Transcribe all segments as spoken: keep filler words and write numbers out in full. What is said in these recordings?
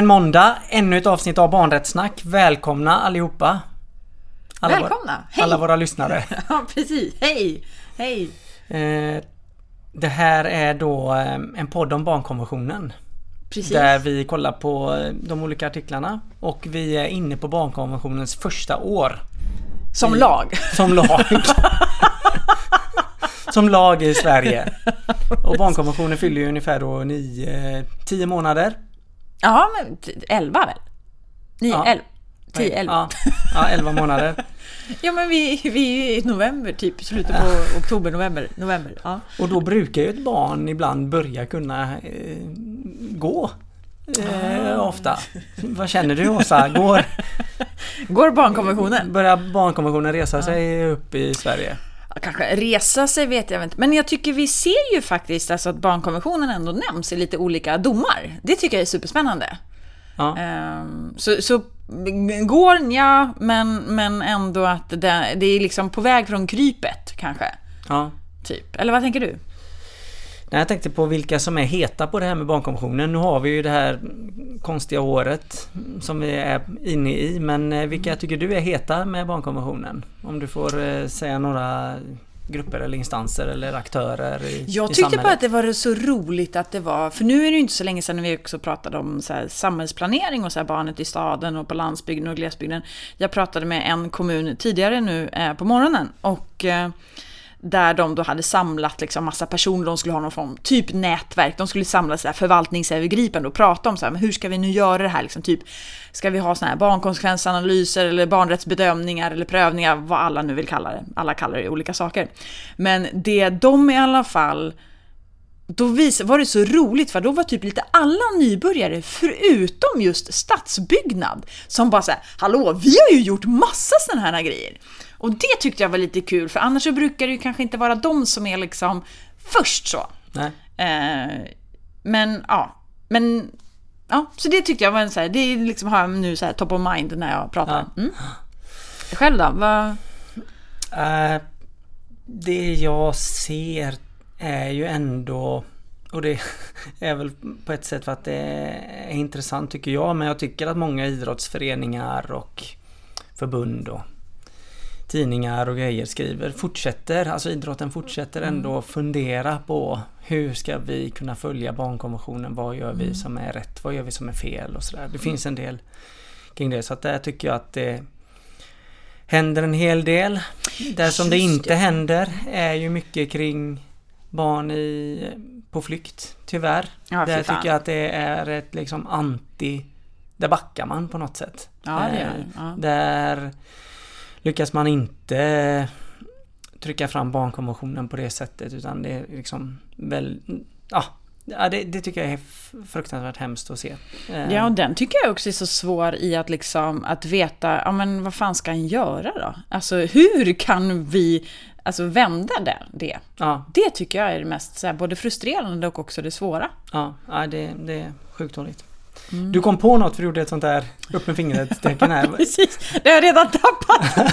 måndag, ännu ett avsnitt av Barnrättssnack. Välkomna allihopa. Alla Välkomna, våra, hej. Alla våra lyssnare. Ja, precis. Hej, hej. Eh, det här är då eh, en podd om barnkonventionen. Precis. Där vi kollar på eh, de olika artiklarna. Och vi är inne på barnkonventionens första år. Som I, lag. Som lag. Som lag i Sverige. Och barnkonventionen fyller ju ungefär då nio, tio månader. Ja, men elva väl? Nio, Ja. elva. Tio, elva. Ja, ja, elva månader. Ja, men vi, vi är i november, typ slutet på oktober, november. november ja. Och då brukar ju ett barn ibland börja kunna eh, gå. Eh, ah. Ofta. Vad känner du, Åsa? Går, Går barnkonventionen? Börjar barnkonventionen resa sig upp i Sverige? Kanske resa sig vet jag inte. Men jag tycker vi ser ju faktiskt alltså att barnkonventionen ändå nämns i lite olika domar. Det tycker jag är superspännande. Ja. Um, så, så går ja, men, men ändå att det, det är liksom på väg från krypet kanske. Ja. Typ. Eller vad tänker du? Nej, jag tänkte på vilka som är heta på det här med barnkonventionen. Nu har vi ju det här konstiga året som vi är inne i. Men vilka tycker du är heta med barnkonventionen? Om du får eh, säga några grupper eller instanser eller aktörer i, Jag i tyckte samhället. bara att det var så roligt att det var, för nu är det ju inte så länge sedan vi också pratade om så här samhällsplanering och så här barnet i staden och på landsbygden och glesbygden. Jag pratade med en kommun tidigare nu eh, på morgonen och eh, där de då hade samlat liksom massa personer, de skulle ha någon form typ nätverk, de skulle samla så här förvaltningsövergripande och prata om så här, men hur ska vi nu göra det här liksom, typ ska vi ha såna här barnkonsekvensanalyser eller barnrättsbedömningar eller prövningar, vad alla nu vill kalla det, alla kallar det olika saker, men det de i alla fall då vis, var det så roligt för då var typ lite alla nybörjare förutom just stadsbyggnad som bara så här, hallå, vi har ju gjort massa såna här grejer. Och det tyckte jag var lite kul, för annars så brukar det ju kanske inte vara de som är liksom först så. Nej. Eh, men ja, men ja, så det tyckte jag var en så här, det liksom har jag nu så här top of mind när jag pratar. Ja. Mm. Själv då? Vad... Uh, det jag ser är ju ändå, och det är väl på ett sätt för att det är intressant tycker jag, men jag tycker att många idrottsföreningar och förbund och tidningar och grejer skriver, fortsätter, alltså idrotten fortsätter ändå mm. fundera på hur ska vi kunna följa barnkonventionen, vad gör vi mm. som är rätt, vad gör vi som är fel och sådär. Det finns en del kring det, så att där tycker jag att det händer en hel del. Det som det inte händer är ju mycket kring barn i, på flykt, tyvärr. Ja, där tycker jag att det är ett liksom anti, där backar man på något sätt. Ja, det är det. Ja. Där lyckas man inte trycka fram barnkonventionen på det sättet, utan det är liksom väl, ja, det, det tycker jag är fruktansvärt hemskt att se. Ja, och den tycker jag också är så svår i att liksom att veta, ja men vad fan ska han göra då? Alltså hur kan vi alltså vända det? det? Ja. Det tycker jag är det mest så här, både frustrerande och också det svåra. Ja, det, det är sjukt dåligt. Mm. Du kom på något för du gjorde ett sånt där upp med fingret tecken här. Precis, det har jag redan tappat.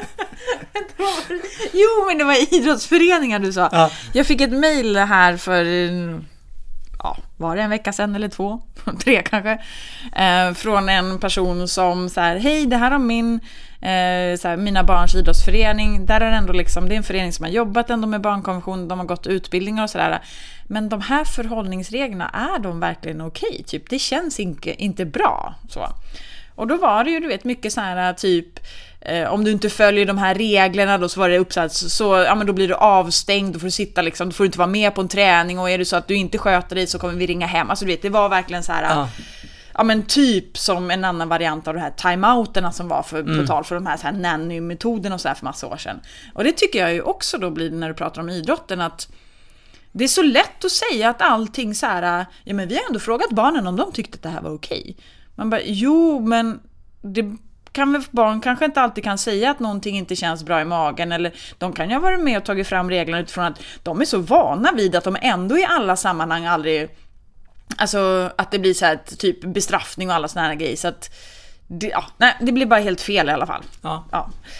Jo, men det var idrottsföreningar du sa. Ja. Jag fick ett mejl här för, ja, var det en vecka sedan eller två? Tre kanske. Eh, från en person som så här, hej, det här är min eh, så här, mina barns idrottsförening. Där är det ändå liksom, det är en förening som har jobbat ändå med barnkonvention, de har gått utbildningar och sådär. Men de här förhållningsreglerna, är de verkligen okej? Typ, det känns inte, inte bra. Så. Och då var det ju, du vet, mycket så här typ, eh, om du inte följer de här reglerna då så var det uppsatt, så ja, men då blir du avstängd, då får du sitta liksom, då får du inte vara med på en träning, och är det så att du inte sköter dig så kommer vi ringa hem. Alltså du vet, det var verkligen så här, ja. Ja men typ som en annan variant av de här timeouterna som var för, mm. på tal för de här, så här nanny-metoderna och så här för massa år sedan. Och det tycker jag ju också då blir när du pratar om idrotten, att det är så lätt att säga att allting så här, ja men vi har ändå frågat barnen om de tyckte att det här var okej. Man bara, jo men det kan väl, barn kanske inte alltid kan säga att någonting inte känns bra i magen, eller de kan ju ha varit med och tagit fram reglerna utifrån att de är så vana vid att de ändå i alla sammanhang aldrig, alltså att det blir så här typ bestraffning och alla såna här grejer, så att det, ja, nej, det blir bara helt fel i alla fall. Ja. Ja.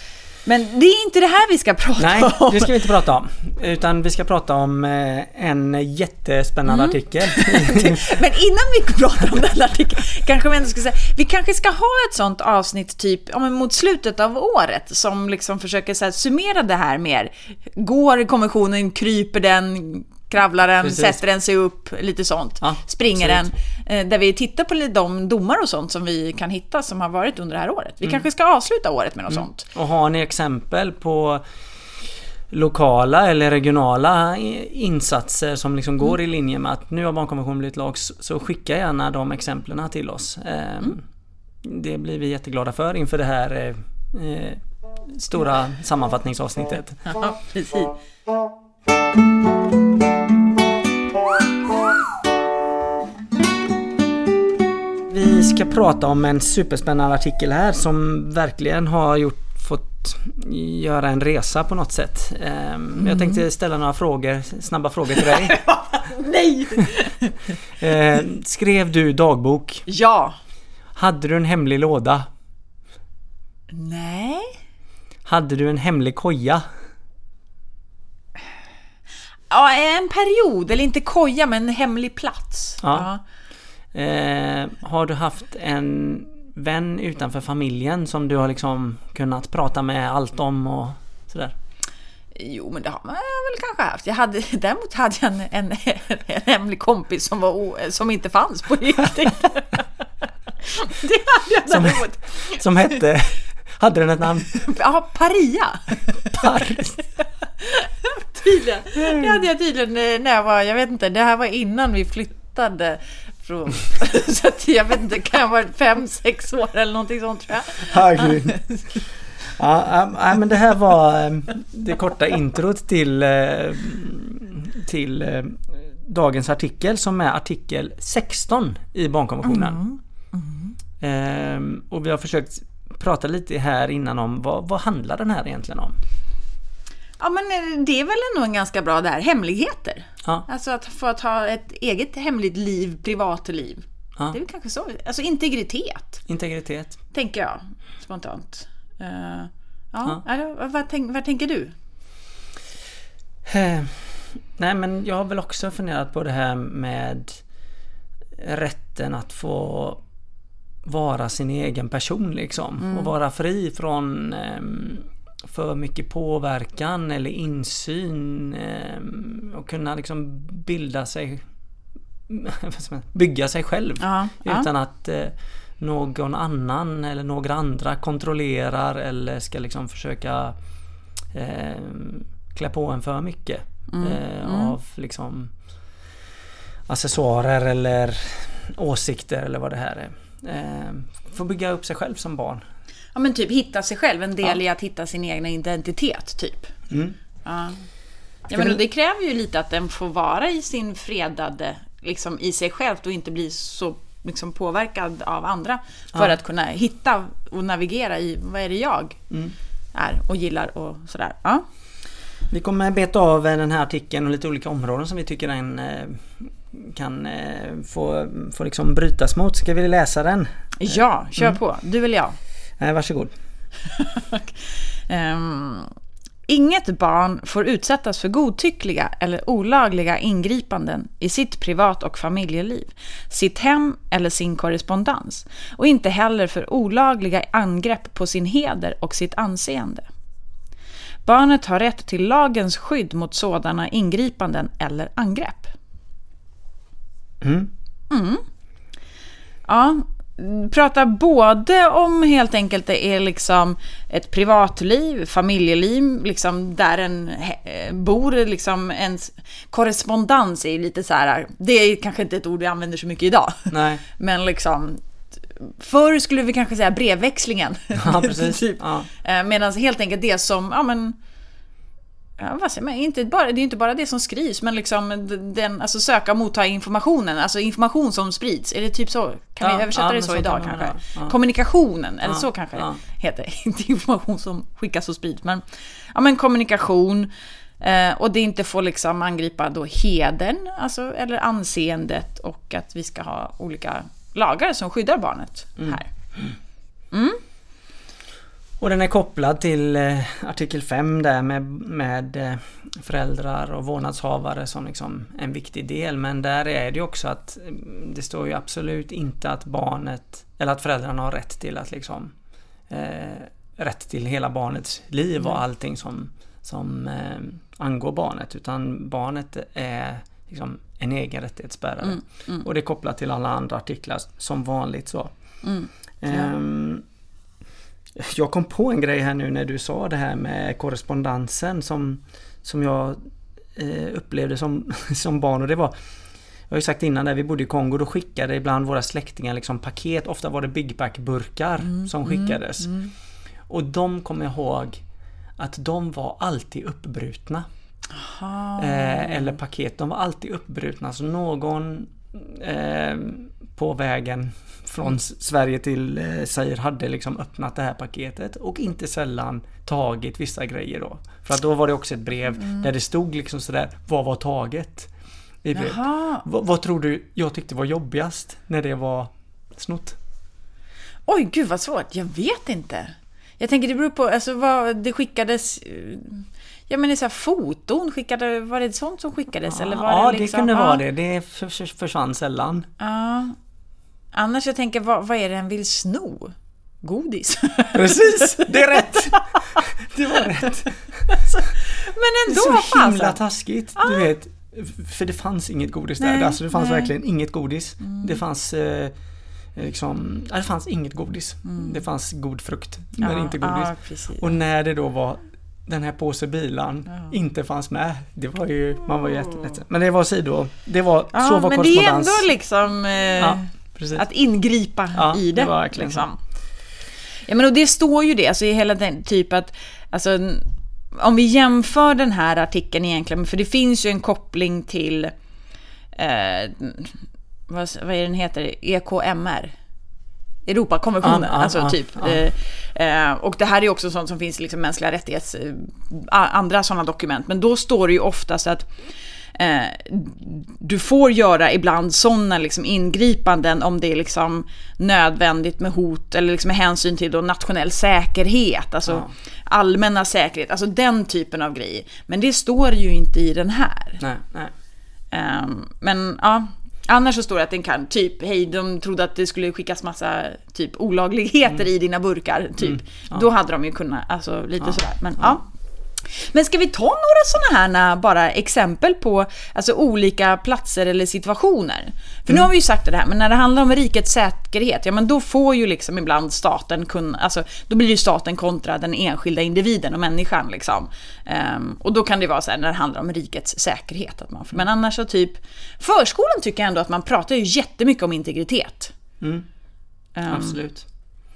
Men det är inte det här vi ska prata Nej, om. Nej, det ska vi inte prata om. Utan vi ska prata om en jättespännande mm. artikel. Men innan vi pratar om den artikeln, kanske vi ändå ska säga, vi kanske ska ha ett sånt avsnitt typ ja, men mot slutet av året som liksom försöker så här, summera det här mer. Går konventionen, kryper den, kravlar den, precis. Sätter den sig upp, lite sånt. Ja, springer absolut. Den. Där vi tittar på de domar och sånt som vi kan hitta som har varit under det här året. Vi mm. kanske ska avsluta året med något mm. sånt. Och har ni exempel på lokala eller regionala insatser som liksom går mm. i linje med att nu har barnkonventionen blivit lag, så skicka gärna de exemplen till oss. Mm. Det blir vi jätteglada för inför det här eh, stora sammanfattningsavsnittet. Ja, precis. Vi ska prata om en superspännande artikel här som verkligen har gjort, fått göra en resa på något sätt. Mm. Jag tänkte ställa några frågor, snabba frågor till dig. Nej! Skrev du dagbok? Ja. Hade du en hemlig låda? Nej. Hade du en hemlig koja? Ja, en period, eller inte koja, men en hemlig plats. Ja. Ja. Eh, har du haft en vän utanför familjen som du har liksom kunnat prata med allt om och sådär? Jo, men det har man väl kanske haft. Jag hade, däremot hade jag en, en, en hemlig kompis som, var, som inte fanns på riktigt. Det hade jag däremot. Som, som hette... Hade den ett namn? Ja, Paria. Paris. Tydligen. Det hade jag tydligen när jag var, jag vet inte, det här var innan vi flyttade från, så att jag vet inte, kan jag vara fem, sex år eller någonting sånt tror jag. Herregud. Ja, ja, men det här var det korta introt till till dagens artikel som är artikel sexton i barnkonventionen. Mm. Mm. Ehm, och vi har försökt prata lite här innan om vad, vad handlar den här egentligen om? Ja, men det är väl ändå en ganska bra där. Hemligheter. Ja. Alltså att få att ha ett eget hemligt liv, privatliv. Ja. Det är väl kanske så. Alltså integritet. Integritet. Tänker jag spontant. Uh, ja. ja. Eller, vad, tänk, vad tänker du? Eh, nej, men jag har väl också funderat på det här med rätten att få vara sin egen person liksom. Mm. Och vara fri från eh, för mycket påverkan eller insyn eh, och kunna liksom bilda sig bygga sig själv ja, utan ja. att eh, någon annan eller några andra kontrollerar eller ska liksom försöka eh, klä på en för mycket mm. eh, Mm. av liksom accessoarer eller åsikter eller vad det här är. Eh, få bygga upp sig själv som barn. Ja, men typ hitta sig själv, en del ja. i att hitta sin egen identitet typ. Mm. Ja. Ja, men det kräver ju lite att den får vara i sin fredade liksom i sig själv och inte bli så liksom påverkad av andra för ja. Att kunna hitta och navigera i vad är det jag mm. är och gillar och sådär. Ja. Vi kommer beta av den här artikeln och lite olika områden som vi tycker den eh, kan eh, få, få liksom brytas mot. Ska vi läsa den? Ja, kör mm. på. Du eller jag? Eh, varsågod. um, Inget barn får utsättas för godtyckliga eller olagliga ingripanden i sitt privat- och familjeliv, sitt hem eller sin korrespondens, och inte heller för olagliga angrepp på sin heder och sitt anseende. Barnet har rätt till lagens skydd mot sådana ingripanden eller angrepp. Mm. Mm. Ja, prata både om helt enkelt det är liksom ett privatliv, familjeliv liksom där en he- bor liksom ens korrespondens är lite så här, det är kanske inte ett ord vi använder så mycket idag. Nej. Men liksom förr skulle vi kanske säga brevväxlingen. Ja, precis. typ. Ja. Medan helt enkelt det som ja men ja, vad säger man? Inte bara, det är inte bara det som skrivs, men liksom den, alltså söka och motta informationen, alltså information som sprids. Är det typ så? Kan ja, vi översätta ja, det så, så idag kanske? Ja. Kommunikationen, eller ja, så kanske ja. det heter. Inte information som skickas och sprids, men ja, men kommunikation. Eh, och det inte får liksom angripa då hedern, alltså, eller anseendet, och att vi ska ha olika lagar som skyddar barnet mm. här. Mm. Och den är kopplad till eh, artikel fem där med, med eh, föräldrar och vårdnadshavare som liksom en viktig del. Men där är det ju också att det står ju absolut inte att barnet eller att föräldrarna har rätt till att liksom eh, rätt till hela barnets liv mm. och allting som, som eh, angår barnet, utan barnet är liksom en egen rättighetsbärare. Mm. Mm. Och det är kopplat till alla andra artiklar som vanligt så. Mm. Ja. Um, jag kom på en grej här nu när du sa det här med korrespondensen som, som jag eh, upplevde som, som barn, och det var, jag har ju sagt innan där vi bodde i Kongo, då skickade ibland våra släktingar liksom paket, ofta var det Big Pack-burkar mm, som skickades mm, mm. och de kommer jag ihåg att de var alltid uppbrutna eh, eller paket, de var alltid uppbrutna, så någon eh, på vägen från Sverige till eh, Zaire hade liksom öppnat det här paketet och inte sällan tagit vissa grejer då. För att då var det också ett brev mm. där det stod liksom sådär, vad var taget i brev. V- vad tror du jag tyckte var jobbigast när det var snott? Oj, gud vad svårt. Jag vet inte. Jag tänker det beror på, alltså vad det skickades... Ja, men det är så här, foton skickade, var det sånt som skickades? Ja, eller var ja det, liksom, det kunde ja. vara det. Det försvann sällan. Ja. Annars jag tänker, vad, vad är det en vill sno? Godis. Precis, det är rätt. Det var rätt. Men ändå, det är så himla alltså. taskigt, ah. du vet. För det fanns inget godis nej, där. Alltså det fanns nej. verkligen inget godis. Mm. Det fanns eh, liksom, det fanns inget godis. Mm. Det fanns god frukt, men ja, inte godis. Ja, och när det då var den här påsebilan ja. inte fanns med. Det var ju, man var ju jättelätt. Men det var sidor. Det var, ja, så var men det är ändå liksom... Eh, ja. Precis. Att ingripa ja, i det. det var verkligen liksom. Ja, men och det står ju det, alltså i hela den typ att alltså, om vi jämför den här artikeln egentligen, för det finns ju en koppling till eh, vad, vad är den heter? E K M R. Europakonventionen, ah, ah, alltså ah, typ. Ah. Eh, och det här är också sånt som finns liksom mänskliga rättighets eh, andra sådana dokument, men då står det ju oftast att Eh, du får göra ibland sådana liksom ingripanden om det är liksom nödvändigt med hot eller liksom med hänsyn till då nationell säkerhet, alltså ja. allmänna säkerhet, alltså den typen av grejer. Men det står ju inte i den här. Nej, nej. Eh, men ja, annars så står det att den kan typ, hej, de trodde att det skulle skickas massa typ olagligheter mm. i dina burkar, typ. Mm. Ja. Då hade de ju kunnat, alltså lite ja. sådär. Men ja. ja. Men ska vi ta några sådana här bara exempel på alltså olika platser eller situationer? För mm. nu har vi ju sagt det här, men när det handlar om rikets säkerhet, ja men då får ju liksom ibland staten kunna, alltså då blir ju staten kontra den enskilda individen och människan liksom. Um, och då kan det vara så här när det handlar om rikets säkerhet att man, men annars så typ förskolan tycker jag ändå att man pratar ju jättemycket om integritet. Mm. Um, Absolut.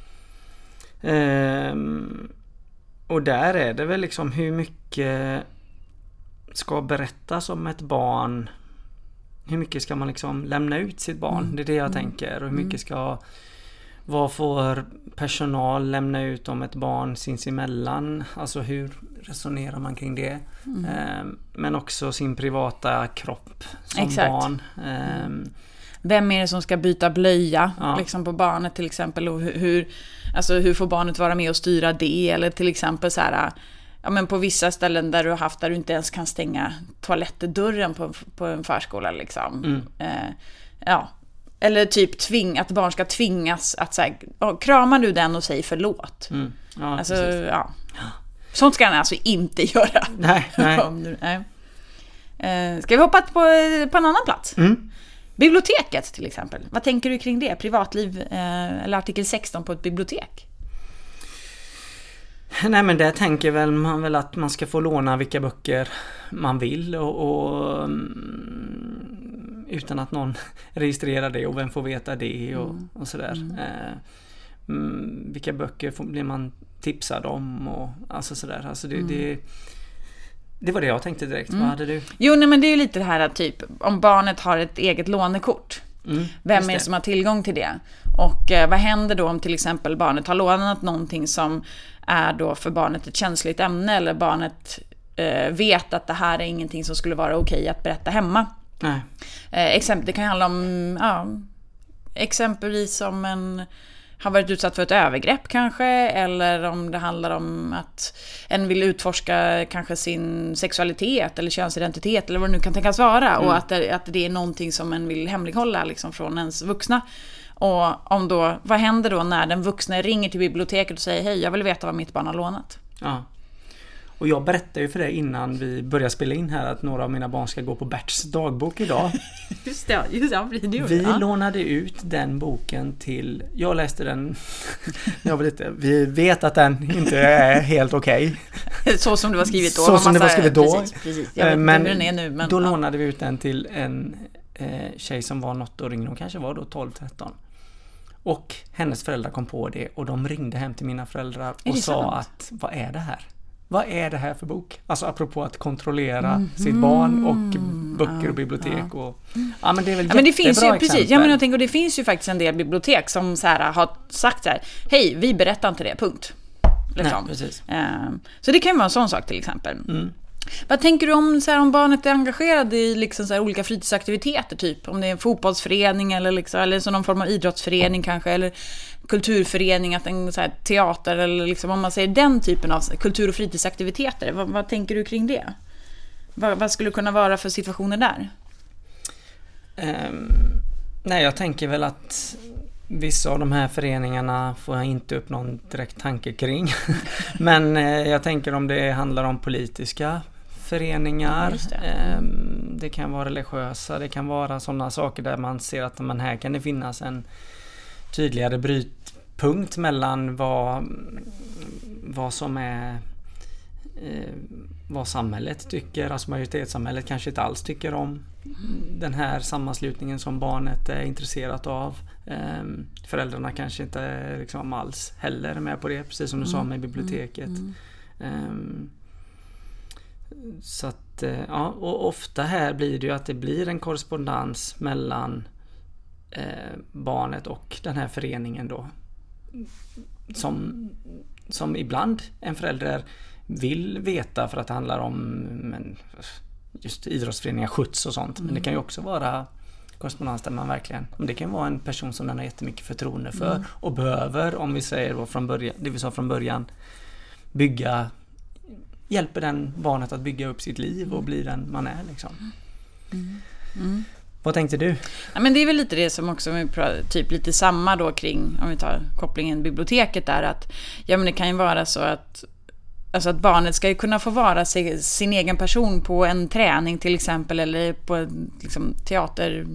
Um... Och där är det väl liksom hur mycket ska berättas om ett barn. Hur mycket ska man liksom lämna ut sitt barn? Mm. Det är det jag mm. tänker. Och hur mycket ska, vad får personal lämna ut om ett barn sinsemellan? Alltså hur resonerar man kring det? Mm. Eh, men också sin privata kropp som Exakt. barn. Eh, mm. Vem är det som ska byta blöja ja. liksom på barnet till exempel, och hur, hur, alltså hur får barnet vara med och styra det, eller till exempel så här, ja men på vissa ställen där du har haft där du inte ens kan stänga toalettdörren på, på en förskola liksom. Mm. Eh, ja, eller typ tving, att barn ska tvingas att så här, kramar du den och säger förlåt. Mm. Ja, alltså ja. Sånt ska han alltså inte göra. Nej, nej. nej. Eh, ska vi hoppa på, på en annan plats? Mm. Biblioteket till exempel. Vad tänker du kring det? Privatliv eh, eller artikel sexton på ett bibliotek? Nej, men där tänker väl man väl att man ska få låna vilka böcker man vill och, och um, utan att någon registrerar det, och vem får veta det och, mm. och sådär. Mm. Eh, um, vilka böcker får, blir man tipsad om och alltså sådär. Alltså det, mm. det Det var det jag tänkte direkt. Mm. Vad hade du? Jo, nej, men det är ju lite det här att typ om barnet har ett eget lånekort. Mm, vem är det som har tillgång till det? Och eh, vad händer då om till exempel barnet har lånat någonting som är då för barnet ett känsligt ämne, eller barnet eh, vet att det här är ingenting som skulle vara okej att berätta hemma. Nej. Eh, exempel, det kan handla om ja, exempelvis som en har varit utsatt för ett övergrepp kanske, eller om det handlar om att en vill utforska kanske sin sexualitet eller könsidentitet eller vad det nu kan tänkas vara, mm. och att det, att det är någonting som en vill hemlighålla liksom från ens vuxna. Och om då, vad händer då när den vuxna ringer till biblioteket och säger hej, jag vill veta vad mitt barn har lånat? Ja. Och jag berättade ju för dig innan vi började spela in här att några av mina barn ska gå på Berts dagbok idag. Just det, just det, video. Vi ja. lånade ut den boken till, jag läste den, jag vet inte, vi vet att den inte är helt okej. Okay. Så som det var skrivet då. Så som det var skrivet då. Precis, precis. Jag vet men inte hur den är nu. Men, då ja. lånade vi ut den till en eh, tjej som var något år yngre, hon kanske var då tolv tretton. Och hennes föräldrar kom på det och de ringde hem till mina föräldrar och sa sant? att, vad är det här? Vad är det här för bok? Alltså apropå att kontrollera mm. sitt barn och böcker ja, och bibliotek. Ja. Och, ja, men det är väl ja, men det finns ju, precis, ja, men jag tänker, och det finns ju faktiskt en del bibliotek som så här, har sagt så här, hej, vi berättar inte det, punkt. Liksom. Nej, precis. Um, så det kan ju vara en sån sak till exempel. Mm. Vad tänker du om, så här, om barnet är engagerad i liksom, så här, olika fritidsaktiviteter, typ om det är en fotbollsförening eller, liksom, eller så någon form av idrottsförening kanske, eller kulturförening, att en så här, teater, eller liksom, om man säger den typen av kultur- och fritidsaktiviteter, vad, vad tänker du kring det? Vad, vad skulle det kunna vara för situationer där? Um, nej, jag tänker väl att vissa av de här föreningarna får jag inte upp någon direkt tanke kring. Men eh, jag tänker om det handlar om politiska föreningar. Ja, det. Eh, det kan vara religiösa. Det kan vara sådana saker där man ser att man här kan det finnas en tydligare brytpunkt mellan vad, vad som är eh, vad samhället tycker. Alltså majoritetssamhället kanske inte alls tycker om den här sammanslutningen som barnet är intresserat av. Um, föräldrarna kanske inte liksom alls heller med på det, precis som du mm. sa med biblioteket. Mm. Um, så att, uh, ja, och ofta här blir det ju att det blir en korrespondens mellan uh, barnet och den här föreningen då. Som, som ibland en förälder vill veta för att det handlar om men, just idrottsföreningar, skjuts och sånt. Mm. Men det kan ju också vara korrespondens där man verkligen, det kan vara en person som den har jättemycket förtroende för mm. och behöver, om vi säger då från början, det vi sa från början, bygga, hjälper den barnet att bygga upp sitt liv och bli den man är liksom. Mm. Mm. Vad tänkte du? Ja, men det är väl lite det som också typ lite samma då kring, om vi tar kopplingen biblioteket där, att ja, men det kan ju vara så att alltså att barnet ska ju kunna få vara sig, sin egen person på en träning till exempel, eller på en liksom, teaterrep.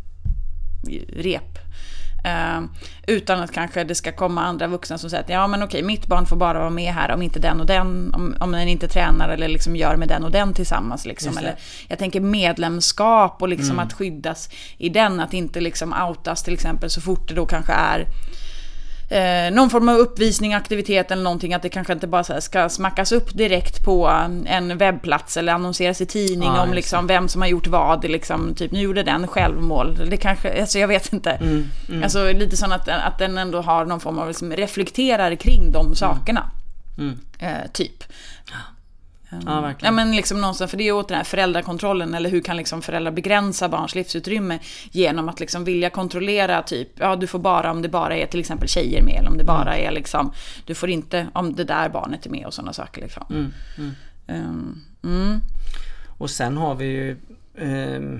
Uh, utan att kanske det ska komma andra vuxna som säger att ja men okej, mitt barn får bara vara med här om inte den och den, om, om den inte tränar eller liksom gör med den och den tillsammans liksom. Eller jag tänker medlemskap och liksom mm. att skyddas i den, att inte liksom outas till exempel så fort det då kanske är Eh, någon form av uppvisning, aktivitet eller någonting, att det kanske inte bara så här ska smackas upp direkt på en webbplats eller annonseras i tidning ah, om liksom vem som har gjort vad, liksom, typ nu gjorde den självmål, det kanske, alltså jag vet inte mm, mm. alltså lite så att, att den ändå har någon form av liksom, reflekterar kring de sakerna mm. eh, typ Ja, verkligen. Ja, men liksom någonstans, för det är åt den här föräldrakontrollen, eller hur kan liksom föräldrar begränsa barns livsutrymme genom att liksom vilja kontrollera typ, ja du får bara om det bara är till exempel tjejer med, eller om det bara är liksom, du får inte om det där barnet är med och sådana saker liksom. Mm, mm. Um, mm. Och sen har vi ju um,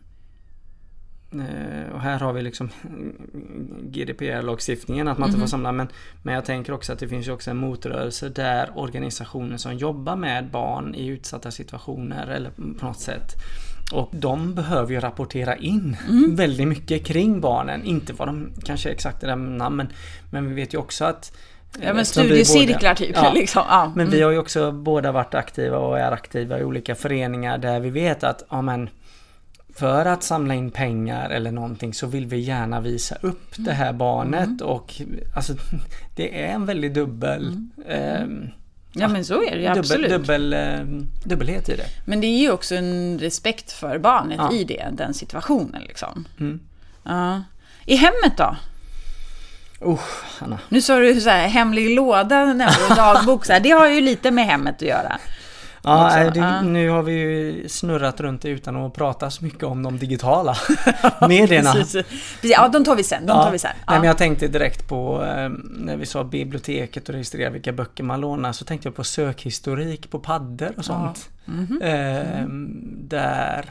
och här har vi liksom G D P R-lagstiftningen att man inte får samla, men, men jag tänker också att det finns ju också en motrörelse där organisationer som jobbar med barn i utsatta situationer eller på något sätt, och de behöver ju rapportera in mm. väldigt mycket kring barnen, inte vad de kanske exakt är där namn, men, men vi vet ju också att ja, men studiecirklar typ ja, liksom. Ja. Men vi har ju också båda varit aktiva och är aktiva i olika föreningar där vi vet att ja, men för att samla in pengar eller någonting så vill vi gärna visa upp det här barnet mm. och alltså det är en väldigt dubbel mm. eh, ja men så är det ju absolut. Dubbel, dubbel, eh, dubbelhet i det. Men det är ju också en respekt för barnet ja. i det, den situationen liksom. Mm. Ja. I hemmet då? Oh, Anna. Nu sa du så här, hemlig låda, nämligen dagbok så här, det har ju lite med hemmet att göra. Ja, det, ah. nu har vi ju snurrat runt utan att prata så mycket om de digitala medierna. Ja, de tar vi sen. De tar ja. vi sen. Ja. Nej, men jag tänkte direkt på, eh, när vi sa biblioteket och registrera vilka böcker man lånar, så tänkte jag på sökhistorik på paddor och sånt. Ja. Mm-hmm. Eh, mm. Där...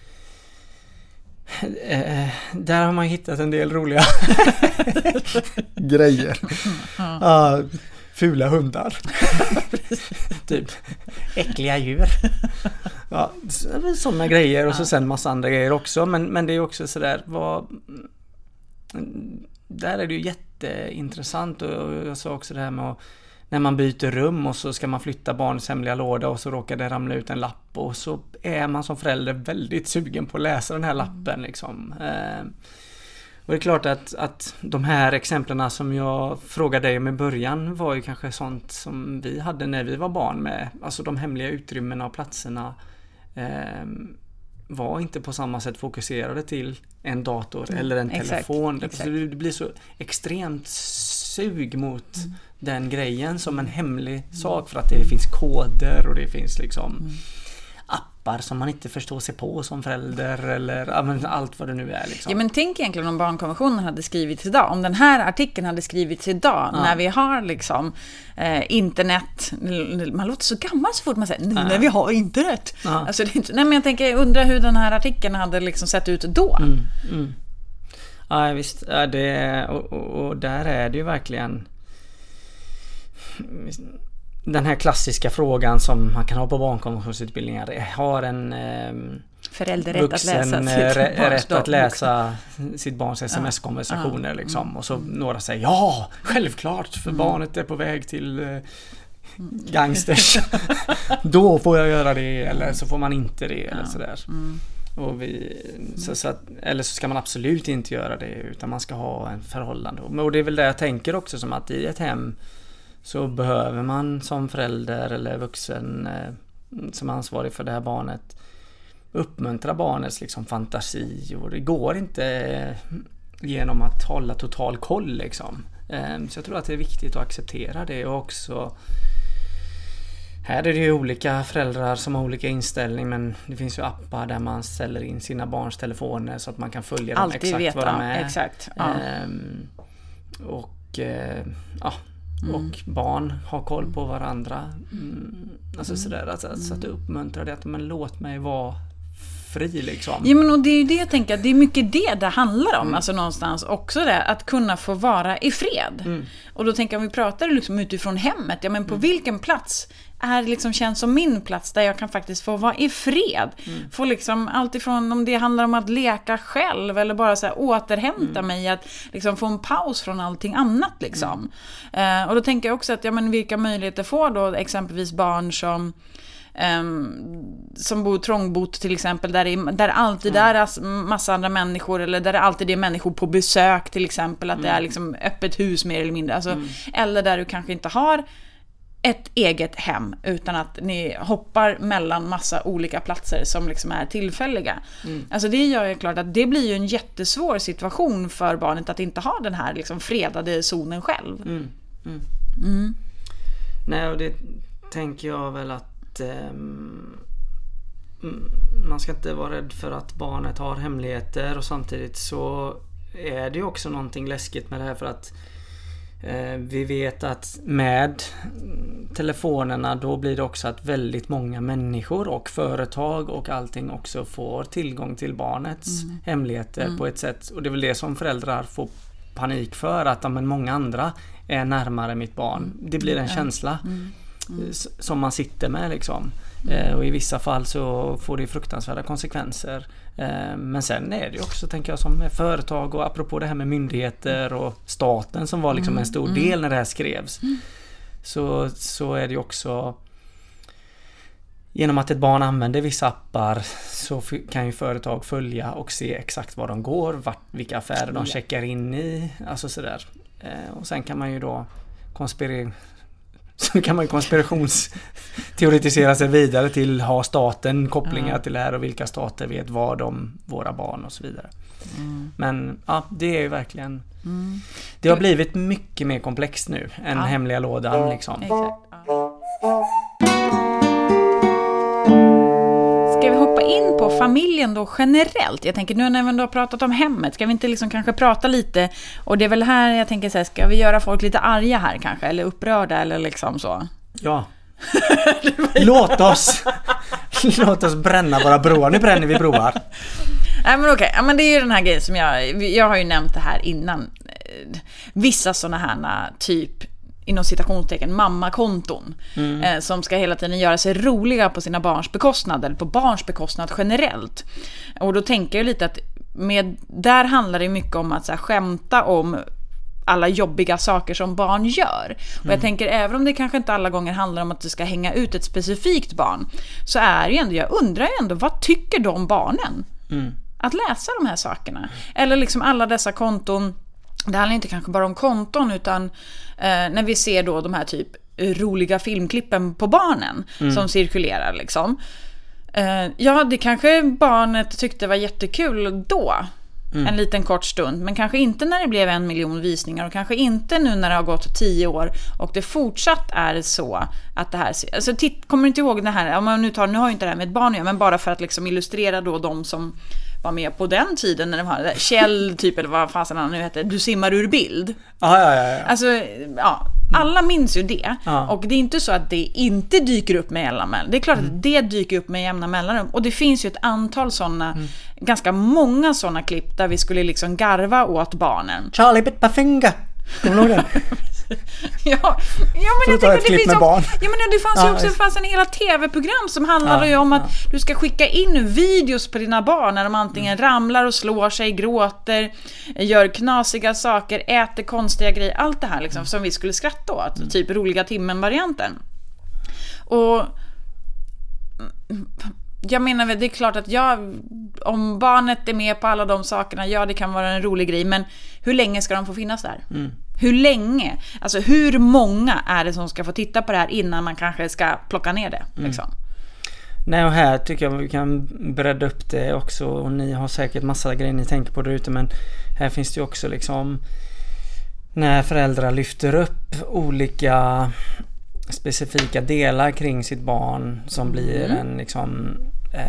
Eh, där har man hittat en del roliga grejer. Ja. Uh, fula hundar. Typ äckliga djur. Ja, sådana grejer och så sen massa andra grejer också, men men det är också så där vad där är det ju jätteintressant, och jag sa också det här med att när man byter rum och så ska man flytta barnets hemliga låda och så råkar det ramla ut en lapp, och så är man som förälder väldigt sugen på att läsa den här lappen liksom. Eh, och det är klart att, att de här exemplen som jag frågade dig om i början var ju kanske sånt som vi hade när vi var barn med. Alltså de hemliga utrymmena och platserna eh, var inte på samma sätt fokuserade till en dator mm, eller en exakt, telefon. Exakt. Så det blir så extremt sug mot mm. den grejen som en hemlig mm. sak, för att det finns koder och det finns liksom mm. appar som man inte förstår sig på som förälder, eller ja, men allt vad det nu är liksom. Ja, men tänk egentligen om barnkonventionen hade skrivits idag, om den här artikeln hade skrivits idag, ja. när vi har liksom eh, internet, man låter så gammal så fort man säger nu ja. när vi har internet. Ja. Alltså, det är inte, nej, men jag tänker, jag undrar hur den här artikeln hade liksom sett ut då. Mm, mm. Ja, visst. Ja, det, och, och, och där är det ju verkligen den här klassiska frågan som man kan ha på barnkonventionsutbildningar. Har en eh, förälder rätt vuxen att läsa sitt barns, rätt att läsa sitt barns sms-konversationer? Ja. Liksom. Mm. Och så några säger ja, självklart, för mm. barnet är på väg till eh, gangsters. Då får jag göra det, eller så får man inte det, eller ja. sådär. Mm. Och vi, så, så att, eller så ska man absolut inte göra det, utan man ska ha en förhållande. Och det är väl det jag tänker också, som att i ett hem så behöver man som förälder eller vuxen eh, som ansvarig för det här barnet uppmuntra barnets liksom fantasi, och det går inte genom att hålla total koll liksom. Eh, så jag tror att det är viktigt att acceptera det, och också här är det ju olika föräldrar som har olika inställning, men det finns ju appar där man ställer in sina barns telefoner så att man kan följa dem alltid exakt veta, vad de är. Exakt. Ja. Ehm, och eh, ja, mm. och barn har koll på varandra. Mm, alltså mm. sådär, alltså, mm. så att det uppmuntrar det, att men låt mig vara fri liksom. Ja, men och det är ju det jag tänker, att det är mycket det det handlar om, mm. alltså någonstans också det, att kunna få vara i fred. Mm. Och då tänker jag, om vi pratar liksom utifrån hemmet, ja men på mm. vilken plats är liksom känns som min plats där jag kan faktiskt få vara i fred. Mm. Få liksom allt ifrån, om det handlar om att leka själv eller bara så här återhämta mm. mig, att liksom få en paus från allting annat liksom. Mm. Uh, och då tänker jag också att ja, men vilka möjligheter får då exempelvis barn som Um, som bor trångbott till exempel, där det, där alltid mm. är massa andra människor, eller där det alltid är människor på besök till exempel, att mm. det är liksom öppet hus mer eller mindre, alltså, mm. eller där du kanske inte har ett eget hem, utan att ni hoppar mellan massa olika platser som liksom är tillfälliga. Mm. Alltså det gör ju klart att det blir ju en jättesvår situation för barnet att inte ha den här liksom fredade zonen själv. Mm. Mm. Mm. Nej, och det tänker jag väl att man ska inte vara rädd för att barnet har hemligheter, och samtidigt så är det ju också någonting läskigt med det här, för att eh, vi vet att med telefonerna då blir det också att väldigt många människor och företag och allting också får tillgång till barnets mm. hemligheter mm. på ett sätt, och det är väl det som föräldrar får panik för, att men många andra är närmare mitt barn. Mm. Det blir en känsla mm. Mm. som man sitter med liksom. Mm. Eh, och i vissa fall så får det fruktansvärda konsekvenser. Eh, men sen är det ju också, tänker jag, som med företag, och apropå det här med myndigheter och staten som var liksom mm. en stor del mm. när det här skrevs. Mm. Så, så är det ju också, genom att ett barn använder vissa appar så kan ju företag följa och se exakt var de går, vart, vilka affärer de checkar in i, alltså sådär. Eh, och sen kan man ju då konspirera Så kan man konspirationsteoretisera sig vidare till, ha staten kopplingar ja. till det här, och vilka stater vet vad om våra barn och så vidare. Mm. Men ja, det är ju verkligen mm. det har blivit mycket mer komplext nu än ja. hemliga lådan liksom. Exakt. Ja. på familjen då generellt. Jag tänker nu när vi ändå har pratat om hemmet, ska vi inte liksom kanske prata lite, och det är väl här jag tänker så här, ska vi göra folk lite arga här kanske, eller upprörda eller liksom så. Ja. Låt oss Låt oss bränna våra broar. Nu bränner vi broar. Nej men okej, ja, men det är ju den här grejen som jag jag har ju nämnt det här innan. Vissa såna här typ inom citationstecken mammakonton mm. eh, som ska hela tiden göra sig roliga på sina barns bekostnad eller på barns bekostnad generellt. Och då tänker jag lite att med, där handlar det mycket om att så här, skämta om alla jobbiga saker som barn gör. Och jag mm. tänker, även om det kanske inte alla gånger handlar om att du ska hänga ut ett specifikt barn, så är ju ändå, jag undrar ju ändå, vad tycker de barnen? Mm. Att läsa de här sakerna. Eller liksom alla dessa konton, det handlar inte kanske bara om konton, utan eh, när vi ser då de här typ roliga filmklippen på barnen mm. som cirkulerar liksom. Eh, ja, det kanske barnet tyckte var jättekul då. Mm. En liten kort stund, men kanske inte när det blev en miljon visningar, och kanske inte nu när det har gått tio år och det fortsatt är så att det här, alltså titt, kommer inte ihåg det här, om man nu tar, nu har ju inte det här med ett barn, men bara för att liksom illustrera då de som var med på den tiden när de hade Kjell typ, eller vad fasen han nu heter, du simmar ur bild. Ja, ja, ja, ja. Alltså, ja, alla minns ju det. Ja. Och det är inte så att det inte dyker upp med jämna mellanrum. Det är klart mm. att det dyker upp med jämna mellanrum. Och det finns ju ett antal sådana, mm. ganska många sådana klipp där vi skulle liksom garva åt barnen. Charlie bit my finger. Kommer du ihåg den? ja, ja, men jag tänker att det finns också, barn. ja, men det fanns ju också, det fanns en hela tv-program som handlade ja, ju om att ja. du ska skicka in videos på dina barn när de antingen mm. ramlar och slår sig, gråter, gör knasiga saker, äter konstiga grejer, allt det här liksom, mm. som vi skulle skratta åt, mm. typ roliga timmen-varianten. Och jag menar väl, det är klart att jag, om barnet är med på alla de sakerna, ja, det kan vara en rolig grej, men hur länge ska de få finnas där? Mm. Hur länge? Alltså hur många är det som ska få titta på det här innan man kanske ska plocka ner det? Liksom? Mm. Nej, och här tycker jag vi kan bredda upp det också, och ni har säkert massa grejer ni tänker på där ute, men här finns det ju också liksom när föräldrar lyfter upp olika specifika delar kring sitt barn som mm. blir en liksom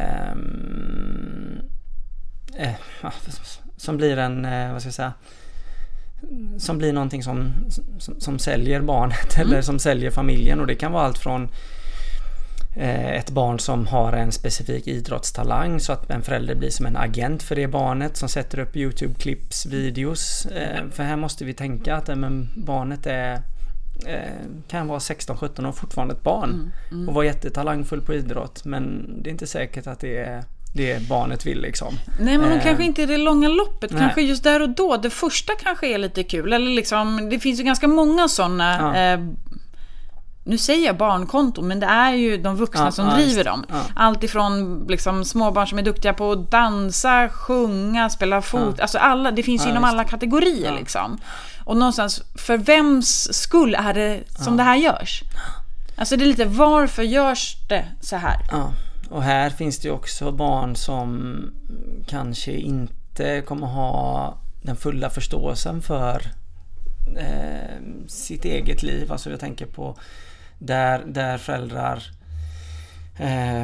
ähm, äh, som blir en äh, vad ska jag säga som blir någonting som, som, som säljer barnet mm. eller som säljer familjen, och det kan vara allt från eh, ett barn som har en specifik idrottstalang så att en förälder blir som en agent för det barnet som sätter upp YouTube-klipps, videos, eh, för här måste vi tänka att eh, men barnet är eh, kan vara sexton sjutton och fortfarande ett barn mm. Mm. och vara jättetalangfull på idrott, men det är inte säkert att det är det barnet vill liksom. Nej, men eh, kanske inte i det långa loppet. nej. Kanske just där och då. Det första kanske är lite kul. Eller liksom, det finns ju ganska många sådana ja. eh, nu säger jag barnkonton, men det är ju de vuxna ja, som ja, driver dem. Ja. Allt ifrån liksom, småbarn som är duktiga på att dansa, sjunga, spela fot. Ja. Alltså alla, det finns ja, inom alla kategorier ja. liksom. Och någonstans, för vems skull är det som ja. det här görs? Alltså det är lite, varför görs det så här? Ja. Och här finns det ju också barn som kanske inte kommer ha den fulla förståelsen för eh, sitt eget liv. Alltså jag tänker på där, där föräldrar eh,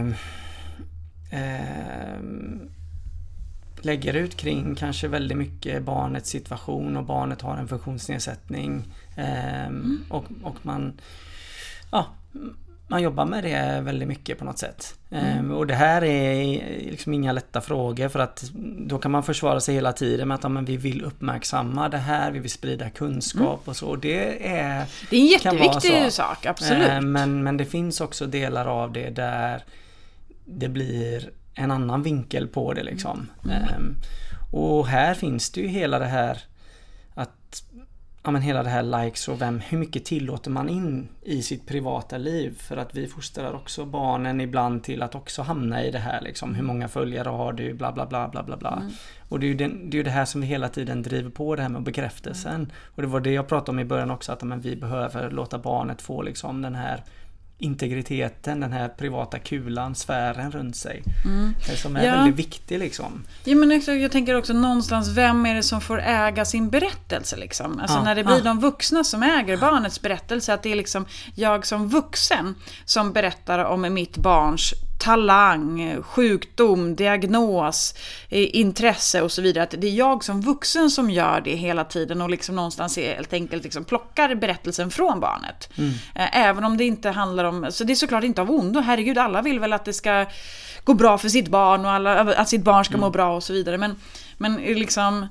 eh, lägger ut kring kanske väldigt mycket barnets situation, och barnet har en funktionsnedsättning eh, mm. och, och man ja man jobbar med det väldigt mycket på något sätt. Mm. Um, och det här är liksom inga lätta frågor, för att då kan man försvara sig hela tiden med att ja, men vi vill uppmärksamma det här, vi vill sprida kunskap mm. och så. Det är, det är en jätteviktig sak, absolut. Um, men, men det finns också delar av det där det blir en annan vinkel på det liksom. Mm. Um, och här finns det ju hela det här att ja, men hela det här likes och vem, hur mycket tillåter man in i sitt privata liv, för att vi fostrar också barnen ibland till att också hamna i det här liksom, hur många följare har du, bla bla bla bla bla bla. Mm. Och det är ju den, det är ju det här som vi hela tiden driver på, det här med bekräftelsen. Mm. Och det var det jag pratade om i början också, att men, vi behöver låta barnet få liksom den här integriteten, den här privata kulan, sfären runt sig. Mm. Som är ja. väldigt viktig liksom. Ja, men jag tänker också någonstans, vem är det som får äga sin berättelse liksom? Alltså ah, när det blir ah. de vuxna som äger barnets berättelse, att det är liksom jag som vuxen som berättar om mitt barns talang, sjukdom, diagnos, intresse och så vidare. Att det är jag som vuxen som gör det hela tiden och liksom någonstans helt enkelt liksom plockar berättelsen från barnet. Mm. Även om det inte handlar om, så det är såklart inte av ondo. Herregud, alla vill väl att det ska gå bra för sitt barn och alla, att sitt barn ska mm. må bra och så vidare. Men, men liksom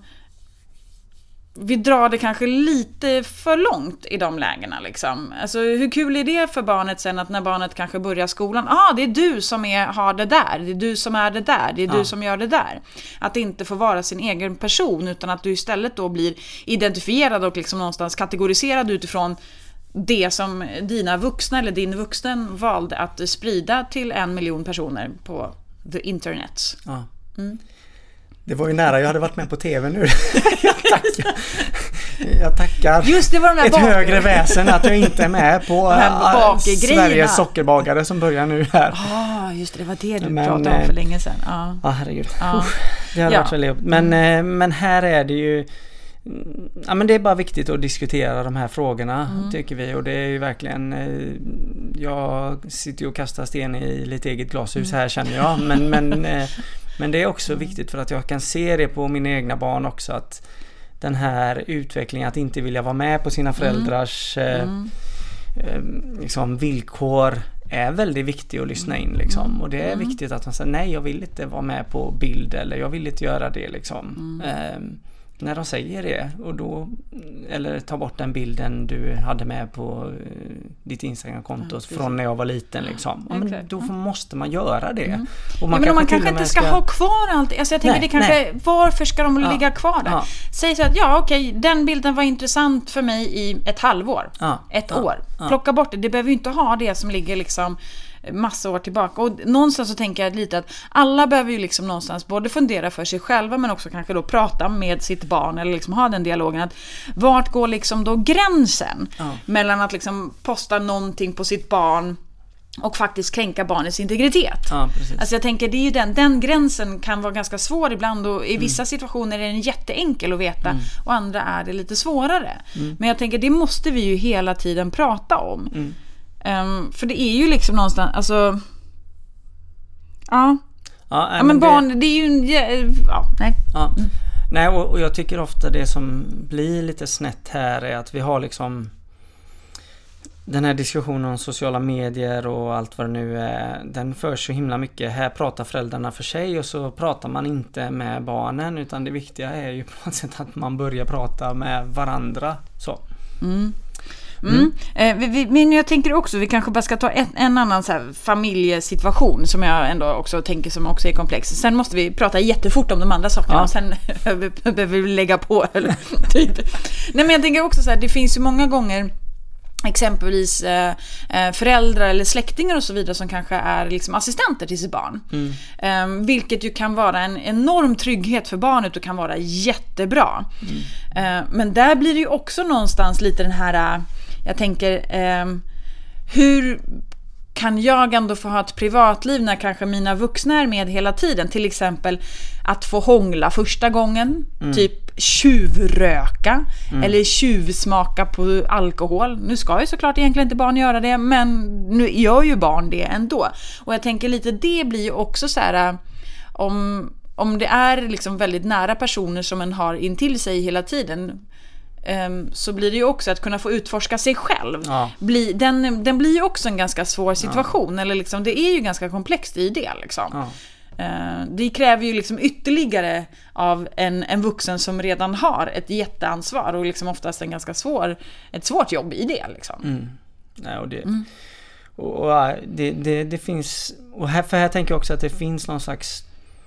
vi drar det kanske lite för långt i de lägena liksom. Alltså hur kul är det för barnet sen att när barnet kanske börjar skolan, ja ah, det är du som är, har det där, det är du som är det där, det är ja. du som gör det där. Att inte få vara sin egen person utan att du istället då blir identifierad och liksom någonstans kategoriserad utifrån det som dina vuxna eller din vuxen valde att sprida till en miljon personer på the internet. Ja. Mm. Det var ju nära, jag hade varit med på tv nu. jag tackar. Jag tackar. Just det, var de där ett bak- högre väsen att jag inte är med på äh, Sveriges sockerbagare som börjar nu här. Ja, ah, just det, det var det du men, pratade om för länge sedan. Ja, ah. ah, herregud. Ah. Uff, det hade ja. varit väldigt jobbigt. Men, mm. men här är det ju ja, men det är bara viktigt att diskutera de här frågorna mm. tycker vi, och det är ju verkligen jag sitter ju och kastar sten i lite eget glashus mm. här känner jag, men, men, men det är också viktigt för att jag kan se det på mina egna barn också, att den här utvecklingen att inte vilja vara med på sina föräldrars mm. eh, liksom villkor är väldigt viktig att lyssna in liksom. Och det är mm. viktigt att man säger nej, jag vill inte vara med på bild eller jag vill inte göra det liksom. Mm. Eh, när de säger det och då eller ta bort den bilden du hade med på uh, ditt Instagram-konto ja, från när jag var liten liksom. Ja, men då måste man göra det. Mm. Och man, ja, men man kanske inte ska, ska ha kvar allt. Alltså jag tänker nej, det kanske nej. Varför ska de ja. ligga kvar där? Ja. Säg så att ja okej, den bilden var intressant för mig i ett halvår. Ja. Ett ja. år. Ja. Plocka bort det. Det behöver ju inte ha det som ligger liksom massa år tillbaka. Och någonstans så tänker jag lite att alla behöver ju liksom någonstans både fundera för sig själva men också kanske då prata med sitt barn eller liksom ha den dialogen att vart går liksom då gränsen ja. mellan att liksom posta någonting på sitt barn och faktiskt kränka barnets integritet. Ja, alltså jag tänker det är ju den, den gränsen kan vara ganska svår ibland och i vissa mm. situationer är den jätteenkel att veta mm. och andra är det lite svårare. Mm. Men jag tänker det måste vi ju hela tiden prata om. Mm. Um, för det är ju liksom någonstans alltså ja, ja, nej, ja men, men barn det, det är ju ja, nej ja. Mm. nej och, och jag tycker ofta det som blir lite snett här är att vi har liksom den här diskussionen om sociala medier och allt vad det nu är, den förs så himla mycket. Här pratar föräldrarna för sig och så pratar man inte med barnen, utan det viktiga är ju på något sätt att man börjar prata med varandra så. Mm. Mm. Mm. Eh, vi, vi, men jag tänker också vi kanske bara ska ta en, en annan så här familjesituation som jag ändå också tänker som också är komplex. Sen måste vi prata jättefort om de andra sakerna ja. och sen behöver vi lägga på eller, typ. Nej men jag tänker också så här, det finns ju många gånger exempelvis eh, föräldrar eller släktingar och så vidare som kanske är liksom assistenter till sitt barn. Mm. Eh, vilket ju kan vara en enorm trygghet för barnet och kan vara jättebra. Mm. Eh, men där blir det ju också någonstans lite den här, jag tänker, eh, hur kan jag ändå få ha ett privatliv när kanske mina vuxna är med hela tiden? Till exempel att få hångla första gången, mm. typ tjuvröka mm. eller tjuvsmaka på alkohol. Nu ska ju såklart egentligen inte barn göra det, men nu gör ju barn det ändå. Och jag tänker lite, det blir ju också så här, om, om det är liksom väldigt nära personer som man har intill sig hela tiden, så blir det ju också att kunna få utforska sig själv. Ja. Bli, den, den blir ju också en ganska svår situation. Ja. Eller liksom, det är ju ganska komplext i det. Liksom. Ja. Det kräver ju liksom ytterligare av en, en vuxen som redan har ett jätteansvar och liksom oftast en ganska svår, ett svårt jobb i det. Liksom. Mm. Ja, och det, mm. och, och, det, det, det finns, och här, för här tänker jag också att det finns någon slags,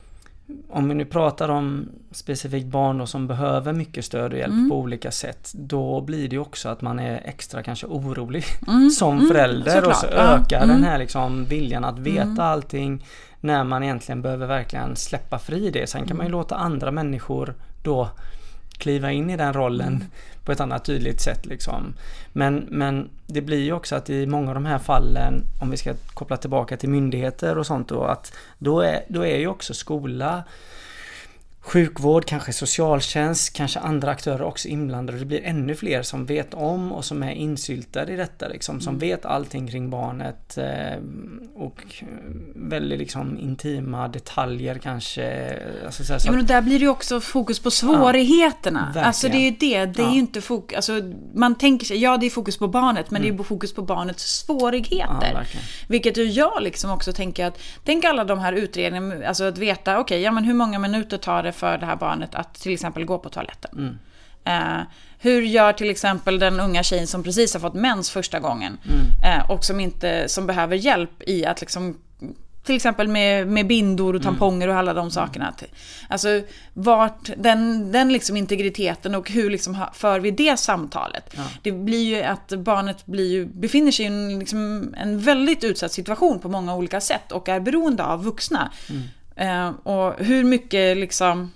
om vi nu pratar om specifikt barn då, som behöver mycket stöd och hjälp mm. på olika sätt, då blir det ju också att man är extra kanske orolig mm. som förälder mm. och så ökar mm. den här liksom viljan att veta mm. allting när man egentligen behöver verkligen släppa fri det. Sen kan mm. man ju låta andra människor då kliva in i den rollen mm. på ett annat tydligt sätt liksom. Men, men det blir ju också att i många av de här fallen, om vi ska koppla tillbaka till myndigheter och sånt då, att då är, då är ju också skola sjukvård, kanske socialtjänst, kanske andra aktörer också inblandade. Det blir ännu fler som vet om och som är insyltade i detta liksom, som mm. vet allting kring barnet eh, och väldigt liksom intima detaljer kanske. Alltså, så här, så ja, men där blir det ju också fokus på svårigheterna. Ja, alltså det är ju det, det är ja. ju inte fokus, alltså man tänker sig, ja det är fokus på barnet, men mm. det är fokus på barnets svårigheter. Ja, vilket ju jag liksom också tänker att, tänk alla de här utredningarna, alltså att veta, okej, okay, ja men hur många minuter tar det för det här barnet att till exempel gå på toaletten. Mm. Uh, hur gör till exempel den unga tjejen som precis har fått mens första gången mm. uh, och som inte som behöver hjälp i att liksom till exempel med, med bindor och tamponger och alla de sakerna. Alltså vart den, den liksom integriteten och hur liksom för vi det samtalet. Ja. Det blir ju att barnet blir ju, befinner sig i en, liksom, en väldigt utsatt situation på många olika sätt och är beroende av vuxna. Mm. Uh, och hur mycket liksom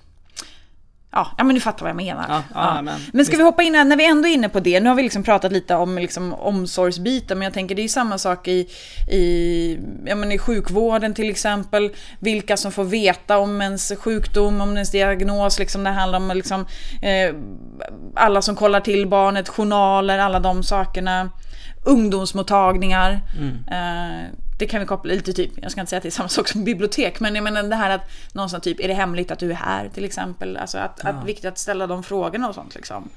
Ja, ja, men du fattar vad jag menar. Ja, ja, ja. Men, men ska vi hoppa in här, när vi ändå är inne på det. Nu har vi liksom pratat lite om liksom, omsorgsbiten, men jag tänker det är samma sak i, i, ja, men i sjukvården till exempel. Vilka som får veta om ens sjukdom, om ens diagnos. Liksom, det handlar om liksom, eh, alla som kollar till barnet, journaler, alla de sakerna. Ungdomsmottagningar. Mm. Eh, det kan vi koppla lite typ, jag ska inte säga att det är samma sak som bibliotek, men jag menar det här att någonstans typ, är det hemligt att du är här till exempel, alltså att, ja. att viktigt att ställa de frågorna och sånt liksom.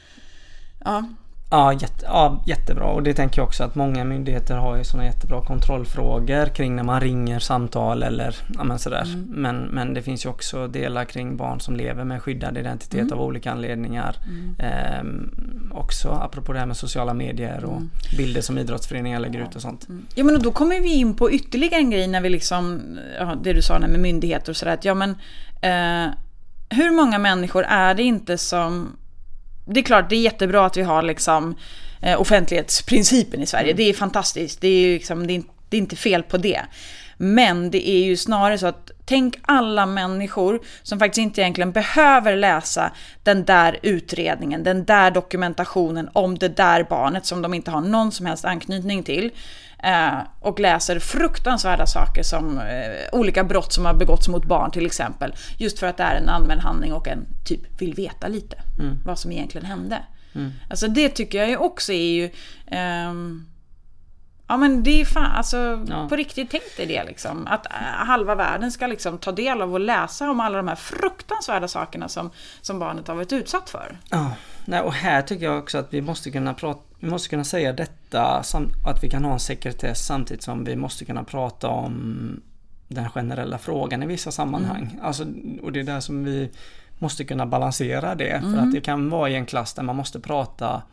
Ja. Ja, jätte, ja, jättebra. Och det tänker jag också att många myndigheter har ju såna jättebra kontrollfrågor kring när man ringer samtal eller ja, men sådär. Mm. Men, men det finns ju också delar kring barn som lever med skyddad identitet mm. av olika anledningar. Mm. Ehm, också apropå det här med sociala medier och mm. bilder som idrottsföreningar lägger ja. ut och sånt. Mm. Ja, men då kommer vi in på ytterligare en grej när vi liksom, ja, det du sa med myndigheter och sådär. Att, ja, men eh, hur många människor är det inte som... Det är klart, det är jättebra att vi har liksom, eh, offentlighetsprincipen i Sverige. Mm. Det är fantastiskt. Det är, liksom, det, är, det är inte fel på det. Men det är ju snarare så att tänk alla människor som faktiskt inte egentligen behöver läsa den där utredningen, den där dokumentationen om det där barnet som de inte har någon som helst anknytning till. Eh, och läser fruktansvärda saker som eh, olika brott som har begåtts mot barn till exempel, just för att det är en allmän handling och en typ vill veta lite mm. vad som egentligen hände. Mm. Alltså det tycker jag ju också är ju ehm, ja men det är fan, alltså ja. på riktigt tänkt är det liksom att äh, halva världen ska liksom ta del av och läsa om alla de här fruktansvärda sakerna som, som barnet har varit utsatt för. Ja, nej, och här tycker jag också att vi måste kunna prata, vi måste kunna säga detta, att vi kan ha en sekretess samtidigt som vi måste kunna prata om den generella frågan i vissa sammanhang. Mm. Alltså, och det är där som vi måste kunna balansera det, mm. för att det kan vara i en klass där man måste prata.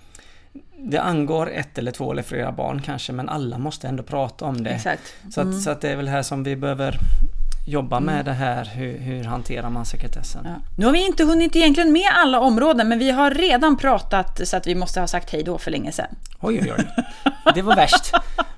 Det angår ett eller två eller flera barn kanske, men alla måste ändå prata om det. Exakt. Så, att, mm. så att det är väl här som vi behöver jobba mm. med det här, hur, hur hanterar man sekretessen. Ja. Nu har vi inte hunnit egentligen med alla områden, men vi har redan pratat så att vi måste ha sagt hej då för länge sedan. Oj, oj, oj. Det var värst.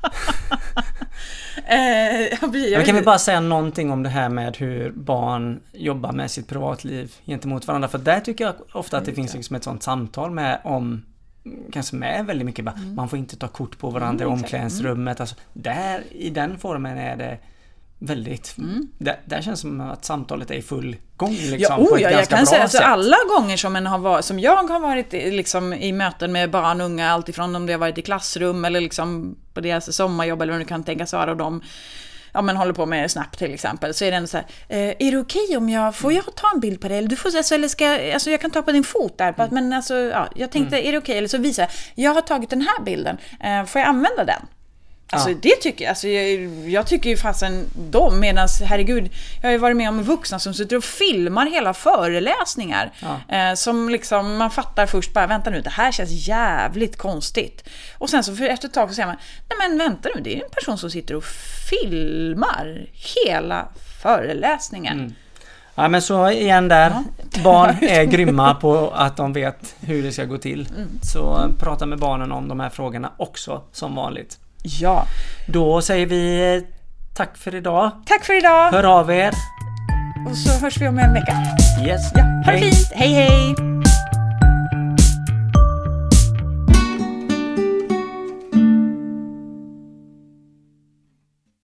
eh, jag jag kan väl bara säga någonting om det här med hur barn jobbar med sitt privatliv gentemot varandra, för där tycker jag ofta att det finns liksom ett sånt samtal med om kanske med väldigt mycket bara, mm. man får inte ta kort på varandra mm, i omklädningsrummet. Alltså, där, i den formen är det väldigt mm. där, där känns det som att samtalet är i full gång liksom, ja, oh, på ett ja, ganska jag kan bra säga, sätt. Alltså, alla gånger som, en har varit, som jag har varit liksom, i möten med barn och unga, alltifrån om det har varit i klassrum eller liksom på deras sommarjobb eller vad du kan tänka sig vara, och de ja, men håller på med Snap till exempel, så är det ändå så här, eh, är det okej okay om jag, får jag ta en bild på det? Eller du får alltså, eller ska jag, alltså jag kan ta på din fot där, mm. men alltså, ja, jag tänkte, mm. är det okej? Okay? Eller så visar jag, jag har tagit den här bilden, eh, får jag använda den? Alltså ja. det tycker jag, alltså jag, jag tycker ju fasen de, medans herregud, jag har ju varit med om vuxna som sitter och filmar hela föreläsningar ja. eh, som liksom, man fattar först bara, vänta nu, det här känns jävligt konstigt, och sen så för efter ett tag så säger man, nej men vänta nu, det är en person som sitter och filmar hela föreläsningen. Mm. Ja, men så igen där, ja. Barn är grymma på att de vet hur det ska gå till, mm. så prata med barnen om de här frågorna också som vanligt. Ja. Då säger vi tack för idag. Tack för idag. Hör av er. Och så hörs vi om en vecka. Yes. Ja, ha det fint. Hej hej.